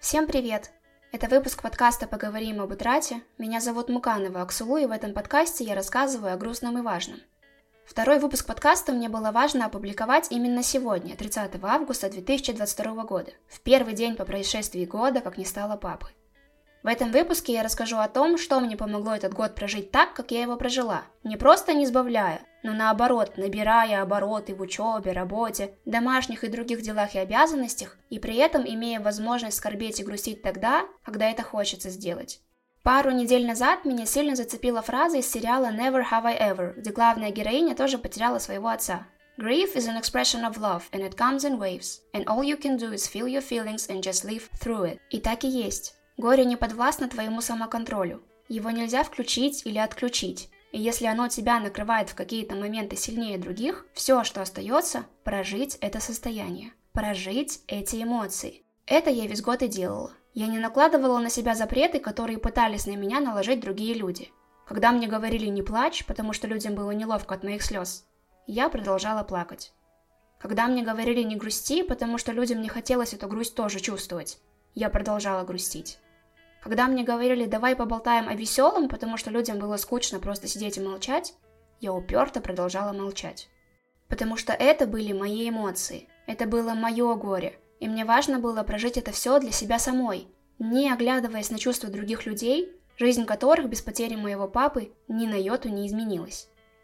Всем привет! Это выпуск подкаста «Поговорим об утрате». Меня зовут Муканова Аксулу, и в этом подкасте я рассказываю о грустном и важном. Второй выпуск подкаста мне было важно опубликовать именно сегодня, 30 августа 2022 года, в первый день по происшествии года, как не стало папы. В этом выпуске я расскажу о том, что мне помогло этот год прожить так, как я его прожила. Не просто не сбавляя, но наоборот, набирая обороты в учебе, работе, домашних и других делах и обязанностях, и при этом имея возможность скорбеть и грустить тогда, когда это хочется сделать. Пару недель назад меня сильно зацепила фраза из сериала Never Have I Ever, где главная героиня тоже потеряла своего отца. Grief is an expression of love, and it comes in waves, and all you can do is feel your feelings and just live through it. И так и есть. Горе не подвластно твоему самоконтролю. Его нельзя включить или отключить. И если оно тебя накрывает в какие-то моменты сильнее других, все, что остается, прожить это состояние. Прожить эти эмоции. Это я весь год и делала. Я не накладывала на себя запреты, которые пытались на меня наложить другие люди. Когда мне говорили «не плачь», потому что людям было неловко от моих слез, я продолжала плакать. Когда мне говорили «не грусти», потому что людям не хотелось эту грусть тоже чувствовать, я продолжала грустить. Когда мне говорили «давай поболтаем о веселом», потому что людям было скучно просто сидеть и молчать, я уперто продолжала молчать. Потому что это были мои эмоции, это было мое горе, и мне важно было прожить это все для себя самой, не оглядываясь на чувства других людей, жизнь которых без потери моего папы ни на йоту не изменилась.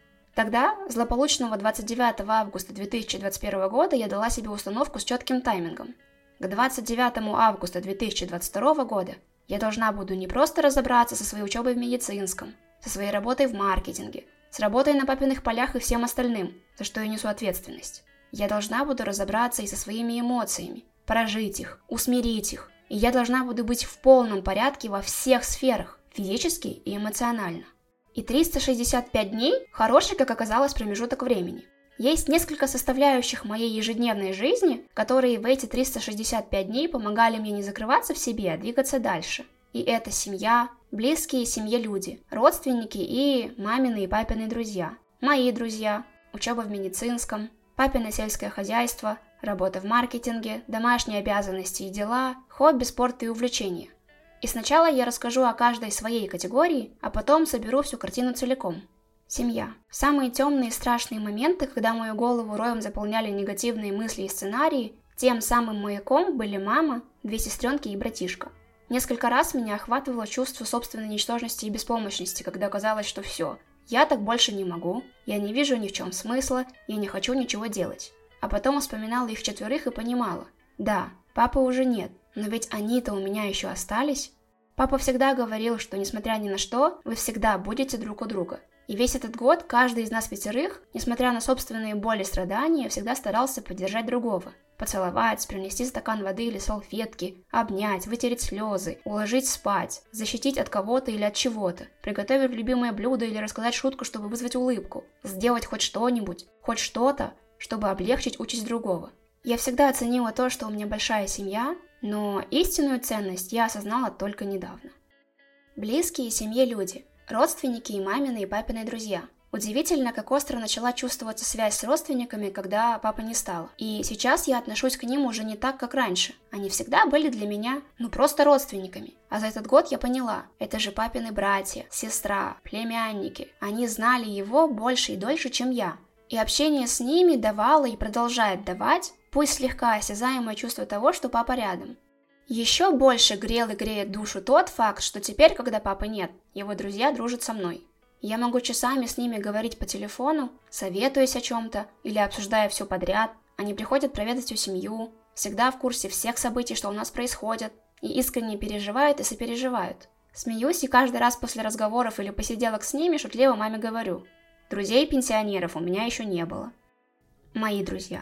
Тогда, злополучного 29 августа 2021 года, я дала себе установку с четким таймингом. К 29 августа 2022 года я должна буду не просто разобраться со своей учебой в медицинском, со своей работой в маркетинге, с работой на папиных полях и всем остальным, за что я несу ответственность. Я должна буду разобраться и со своими эмоциями, прожить их, усмирить их. И я должна буду быть в полном порядке во всех сферах, физически и эмоционально. И 365 дней – хороший, как оказалось, промежуток времени. Есть несколько составляющих моей ежедневной жизни, которые в эти 365 дней помогали мне не закрываться в себе, а двигаться дальше. И это семья, близкие семье люди, родственники и мамины и папины друзья, мои друзья, учеба в медицинском, папино сельское хозяйство, работа в маркетинге, домашние обязанности и дела, хобби, спорт и увлечения. И сначала я расскажу о каждой своей категории, а потом соберу всю картину целиком. Семья. Самые темные и страшные моменты, когда мою голову роем заполняли негативные мысли и сценарии, тем самым маяком были мама, две сестренки и братишка. Несколько раз меня охватывало чувство собственной ничтожности и беспомощности, когда казалось, что все, я так больше не могу, я не вижу ни в чем смысла, я не хочу ничего делать. А потом вспоминала их четверых и понимала, да, папы уже нет, но ведь они-то у меня еще остались. Папа всегда говорил, что несмотря ни на что, вы всегда будете друг у друга. И весь этот год каждый из нас пятерых, несмотря на собственные боли и страдания, всегда старался поддержать другого. Поцеловать, принести стакан воды или салфетки, обнять, вытереть слезы, уложить спать, защитить от кого-то или от чего-то, приготовить любимое блюдо или рассказать шутку, чтобы вызвать улыбку, сделать хоть что-нибудь, хоть что-то, чтобы облегчить участь другого. Я всегда оценила то, что у меня большая семья, но истинную ценность я осознала только недавно. Близкие семье люди. Родственники и мамины и папины друзья. Удивительно, как остро начала чувствоваться связь с родственниками, когда папы не стало. И сейчас я отношусь к ним уже не так, как раньше. Они всегда были для меня, просто родственниками. А за этот год я поняла, это же папины братья, сестра, племянники. Они знали его больше и дольше, чем я. И общение с ними давало и продолжает давать, пусть слегка осязаемое чувство того, что папа рядом. Еще больше грел и греет душу тот факт, что теперь, когда папы нет, его друзья дружат со мной. Я могу часами с ними говорить по телефону, советуясь о чем-то или обсуждая все подряд. Они приходят проведать всю семью, всегда в курсе всех событий, что у нас происходит, и искренне переживают и сопереживают. Смеюсь и каждый раз после разговоров или посиделок с ними шутливо маме говорю: друзей-пенсионеров у меня еще не было. Мои друзья.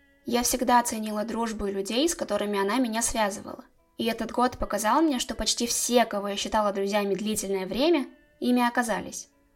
Я всегда ценила дружбу и людей, с которыми она меня связывала. И этот год показал мне, что почти все, кого я считала друзьями длительное время, ими оказались.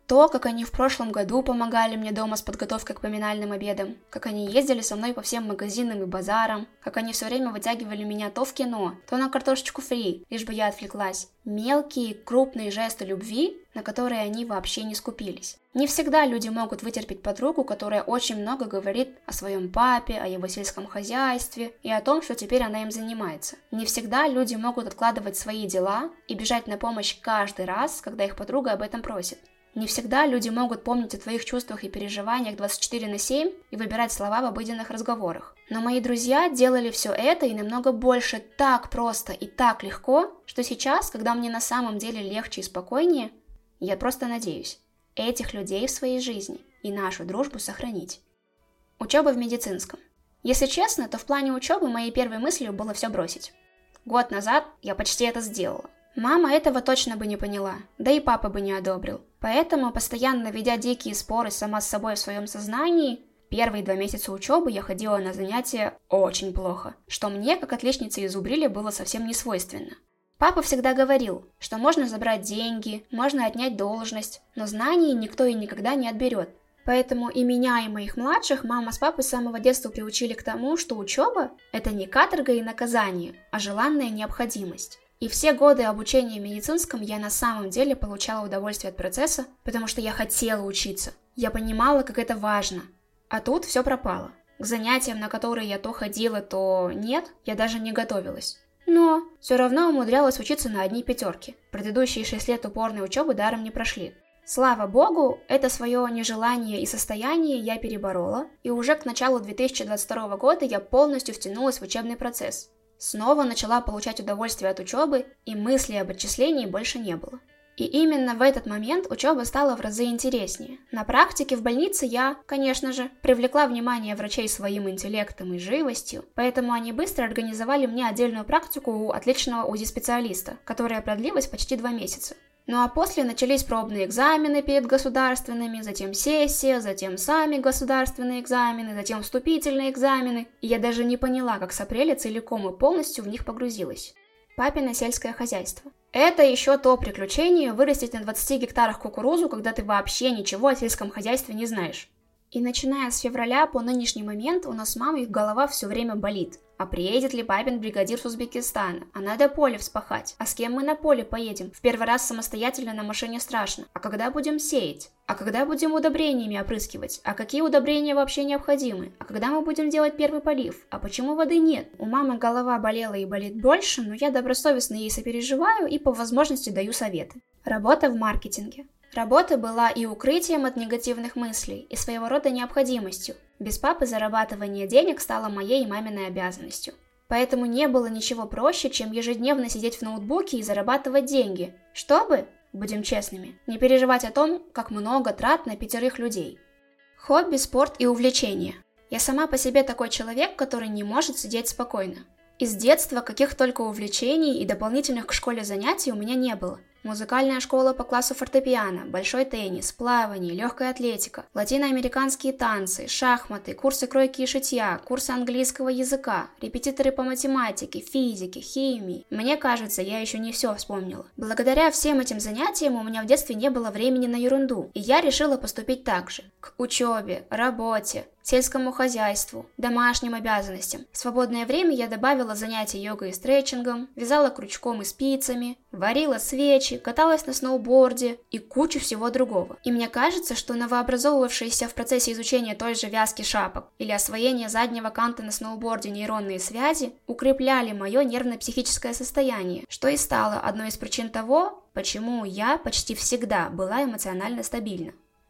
То, как они в прошлом году помогали мне дома с подготовкой к поминальным обедам, как они ездили со мной по всем магазинам и базарам, как они все время вытягивали меня то в кино, то на картошечку фри, лишь бы я отвлеклась. Мелкие, крупные жесты любви, на которые они вообще не скупились. Не всегда люди могут вытерпеть подругу, которая очень много говорит о своем папе, о его сельском хозяйстве и о том, что теперь она им занимается. Не всегда люди могут откладывать свои дела и бежать на помощь каждый раз, когда их подруга об этом просит. Не всегда люди могут помнить о твоих чувствах и переживаниях 24/7 и выбирать слова в обыденных разговорах. Но мои друзья делали все это и намного больше так просто и так легко, что сейчас, когда мне на самом деле легче и спокойнее, я просто надеюсь этих людей в своей жизни и нашу дружбу сохранить. Учеба в медицинском. Если честно, то в плане учебы моей первой мыслью было все бросить. Год назад я почти это сделала. Мама этого точно бы не поняла, да и папа бы не одобрил. Поэтому, постоянно ведя дикие споры сама с собой в своем сознании, первые 2 месяца учебы я ходила на занятия очень плохо, что мне, как отличнице из Зубрили, было совсем не свойственно. Папа всегда говорил, что можно забрать деньги, можно отнять должность, но знаний никто и никогда не отберет. Поэтому и меня, и моих младших мама с папой с самого детства приучили к тому, что учеба – это не каторга и наказание, а желанная необходимость. И все годы обучения в медицинском я на самом деле получала удовольствие от процесса, потому что я хотела учиться. Я понимала, как это важно. А тут все пропало. К занятиям, на которые я то ходила, то нет, я даже не готовилась. Но все равно умудрялась учиться на одни 5. Предыдущие 6 лет упорной учебы даром не прошли. Слава богу, это свое нежелание и состояние я переборола, и уже к началу 2022 года я полностью втянулась в учебный процесс. Снова начала получать удовольствие от учебы, и мыслей об отчислении больше не было. И именно в этот момент учеба стала в разы интереснее. На практике в больнице я, конечно же, привлекла внимание врачей своим интеллектом и живостью, поэтому они быстро организовали мне отдельную практику у отличного УЗИ-специалиста, которая продлилась почти 2 месяца. Ну а после начались пробные экзамены перед государственными, затем сессия, затем сами государственные экзамены, затем вступительные экзамены, и я даже не поняла, как с апреля целиком и полностью в них погрузилась. Папино сельское хозяйство. Это еще то приключение вырастить на 20 гектарах кукурузу, когда ты вообще ничего о сельском хозяйстве не знаешь. И начиная с февраля по нынешний момент у нас с мамой голова все время болит. А приедет ли папин бригадир с Узбекистана? А надо поле вспахать. А с кем мы на поле поедем? В первый раз самостоятельно на машине страшно. А когда будем сеять? А когда будем удобрениями опрыскивать? А какие удобрения вообще необходимы? А когда мы будем делать первый полив? А почему воды нет? У мамы голова болела и болит больше, но я добросовестно ей сопереживаю и по возможности даю советы. Работа в маркетинге. Работа была и укрытием от негативных мыслей, и своего рода необходимостью. Без папы зарабатывание денег стало моей и маминой обязанностью. Поэтому не было ничего проще, чем ежедневно сидеть в ноутбуке и зарабатывать деньги, чтобы, будем честными, не переживать о том, как много трат на 5 людей. Хобби, спорт и увлечения. Я сама по себе такой человек, который не может сидеть спокойно. Из детства каких только увлечений и дополнительных к школе занятий у меня не было. Музыкальная школа по классу фортепиано, большой теннис, плавание, легкая атлетика, латиноамериканские танцы, шахматы, курсы кройки и шитья, курсы английского языка, репетиторы по математике, физике, химии. Мне кажется, я еще не все вспомнила. Благодаря всем этим занятиям у меня в детстве не было времени на ерунду, и я решила поступить так же. К учебе, работе, сельскому хозяйству, домашним обязанностям. В свободное время я добавила занятия йогой и стретчингом, вязала крючком и спицами, варила свечи, каталась на сноуборде и кучу всего другого. И мне кажется, что новообразовывавшиеся в процессе изучения той же вязки шапок или освоения заднего канта на сноуборде нейронные связи укрепляли мое нервно-психическое состояние, что и стало одной из причин того, почему я почти всегда была эмоционально стабильна.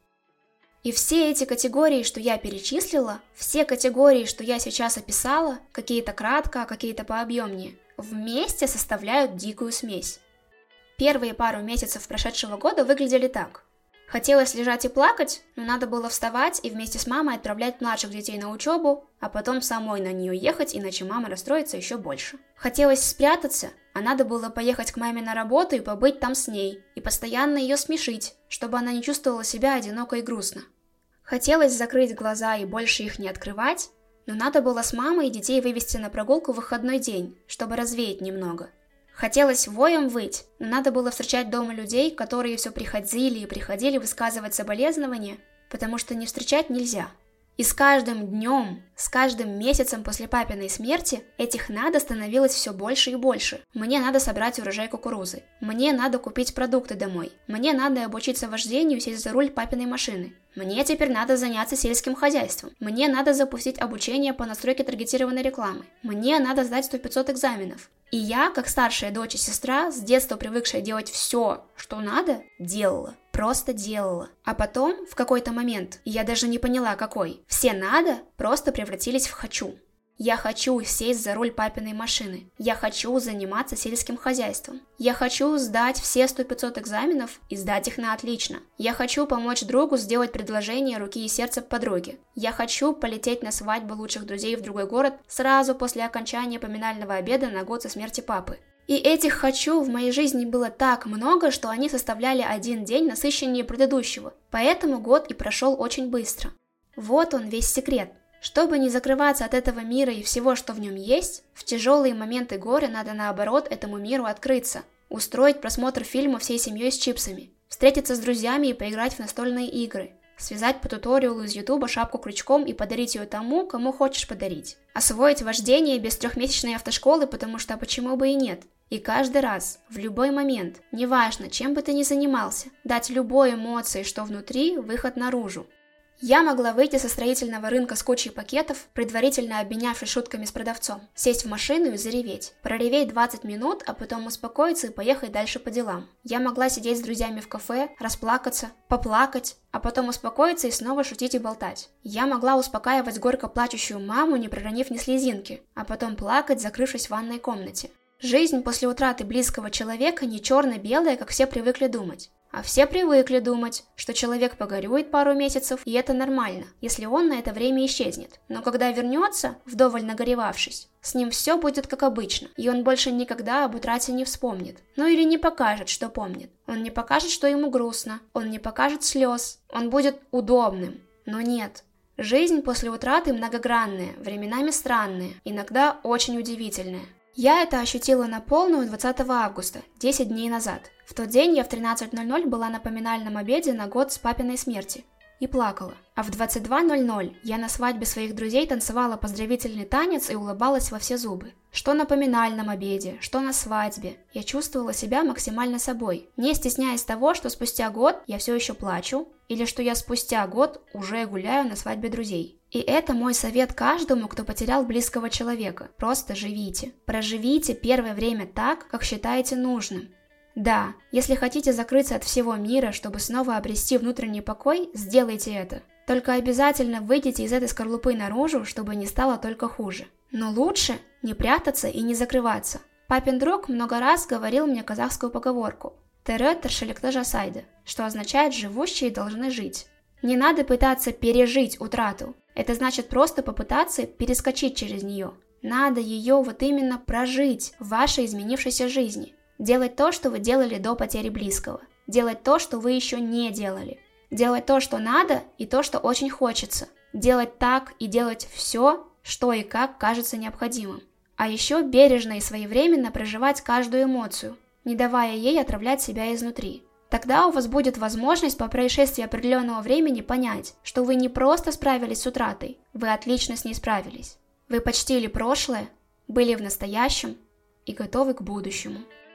И все эти категории, что я перечислила, все категории, что я сейчас описала, какие-то кратко, а какие-то пообъемнее, вместе составляют дикую смесь. Первые пару месяцев прошедшего года выглядели так. Хотелось лежать и плакать, но надо было вставать и вместе с мамой отправлять младших детей на учебу, а потом самой на нее ехать, иначе мама расстроится еще больше. Хотелось спрятаться, а надо было поехать к маме на работу и побыть там с ней, и постоянно ее смешить, чтобы она не чувствовала себя одиноко и грустно. Хотелось закрыть глаза и больше их не открывать, но надо было с мамой и детей вывести на прогулку в выходной день, чтобы развеять немного. Хотелось воем выть, но надо было встречать дома людей, которые все приходили и приходили высказывать соболезнования, потому что не встречать нельзя. И с каждым днем, с каждым месяцем после папиной смерти этих надо становилось все больше и больше. Мне надо собрать урожай кукурузы. Мне надо купить продукты домой. Мне надо обучиться вождению и сесть за руль папиной машины. Мне теперь надо заняться сельским хозяйством. Мне надо запустить обучение по настройке таргетированной рекламы. Мне надо сдать 100-500 экзаменов. И я, как старшая дочь и сестра, с детства привыкшая делать все, что надо, делала. Просто делала. А потом, в какой-то момент, я даже не поняла какой, все «надо» просто превратились в «хочу». Я хочу сесть за руль папиной машины. Я хочу заниматься сельским хозяйством. Я хочу сдать все 100-500 экзаменов и сдать их на отлично. Я хочу помочь другу сделать предложение руки и сердца подруге. Я хочу полететь на свадьбу лучших друзей в другой город сразу после окончания поминального обеда на год со смерти папы. И этих «хочу» в моей жизни было так много, что они составляли один день насыщеннее предыдущего. Поэтому год и прошел очень быстро. Вот он весь секрет. Чтобы не закрываться от этого мира и всего, что в нем есть, в тяжелые моменты горя надо наоборот этому миру открыться, устроить просмотр фильма всей семьей с чипсами, встретиться с друзьями и поиграть в настольные игры, связать по туториалу из Ютуба шапку крючком и подарить ее тому, кому хочешь подарить, освоить вождение без 3-месячной автошколы, потому что почему бы и нет. И каждый раз, в любой момент, неважно, чем бы ты ни занимался, дать любой эмоции, что внутри, выход наружу. Я могла выйти со строительного рынка с кучей пакетов, предварительно обменявшись шутками с продавцом, сесть в машину и зареветь, прореветь 20 минут, а потом успокоиться и поехать дальше по делам. Я могла сидеть с друзьями в кафе, расплакаться, поплакать, а потом успокоиться и снова шутить и болтать. Я могла успокаивать горько плачущую маму, не проронив ни слезинки, а потом плакать, закрывшись в ванной комнате. Жизнь после утраты близкого человека не черно-белая, как все привыкли думать. А все привыкли думать, что человек погорюет пару месяцев, и это нормально, если он на это время исчезнет. Но когда вернется, вдоволь нагоревавшись, с ним все будет как обычно, и он больше никогда об утрате не вспомнит. Ну или не покажет, что помнит. Он не покажет, что ему грустно, он не покажет слез, он будет удобным. Но нет. Жизнь после утраты многогранная, временами странная, иногда очень удивительная. Я это ощутила на полную 20 августа, 10 дней назад. В тот день я в 13:00 была на поминальном обеде на год с папиной смерти и плакала. А в 22:00 я на свадьбе своих друзей танцевала поздравительный танец и улыбалась во все зубы. Что на поминальном обеде, что на свадьбе. Я чувствовала себя максимально собой, не стесняясь того, что спустя год я все еще плачу, или что я спустя год уже гуляю на свадьбе друзей. И это мой совет каждому, кто потерял близкого человека. Просто живите. Проживите первое время так, как считаете нужным. Да, если хотите закрыться от всего мира, чтобы снова обрести внутренний покой, сделайте это. Только обязательно выйдите из этой скорлупы наружу, чтобы не стало только хуже. Но лучше не прятаться и не закрываться. Папин друг много раз говорил мне казахскую поговорку «Терэ тершеликты жасайды», что означает «живущие должны жить». Не надо пытаться пережить утрату. Это значит просто попытаться перескочить через нее. Надо ее вот именно прожить в вашей изменившейся жизни. Делать то, что вы делали до потери близкого. Делать то, что вы еще не делали. Делать то, что надо, и то, что очень хочется. Делать так и делать все, что и как кажется необходимым. А еще бережно и своевременно проживать каждую эмоцию, не давая ей отравлять себя изнутри. Тогда у вас будет возможность по происшествии определенного времени понять, что вы не просто справились с утратой, вы отлично с ней справились. Вы почтили прошлое, были в настоящем и готовы к будущему.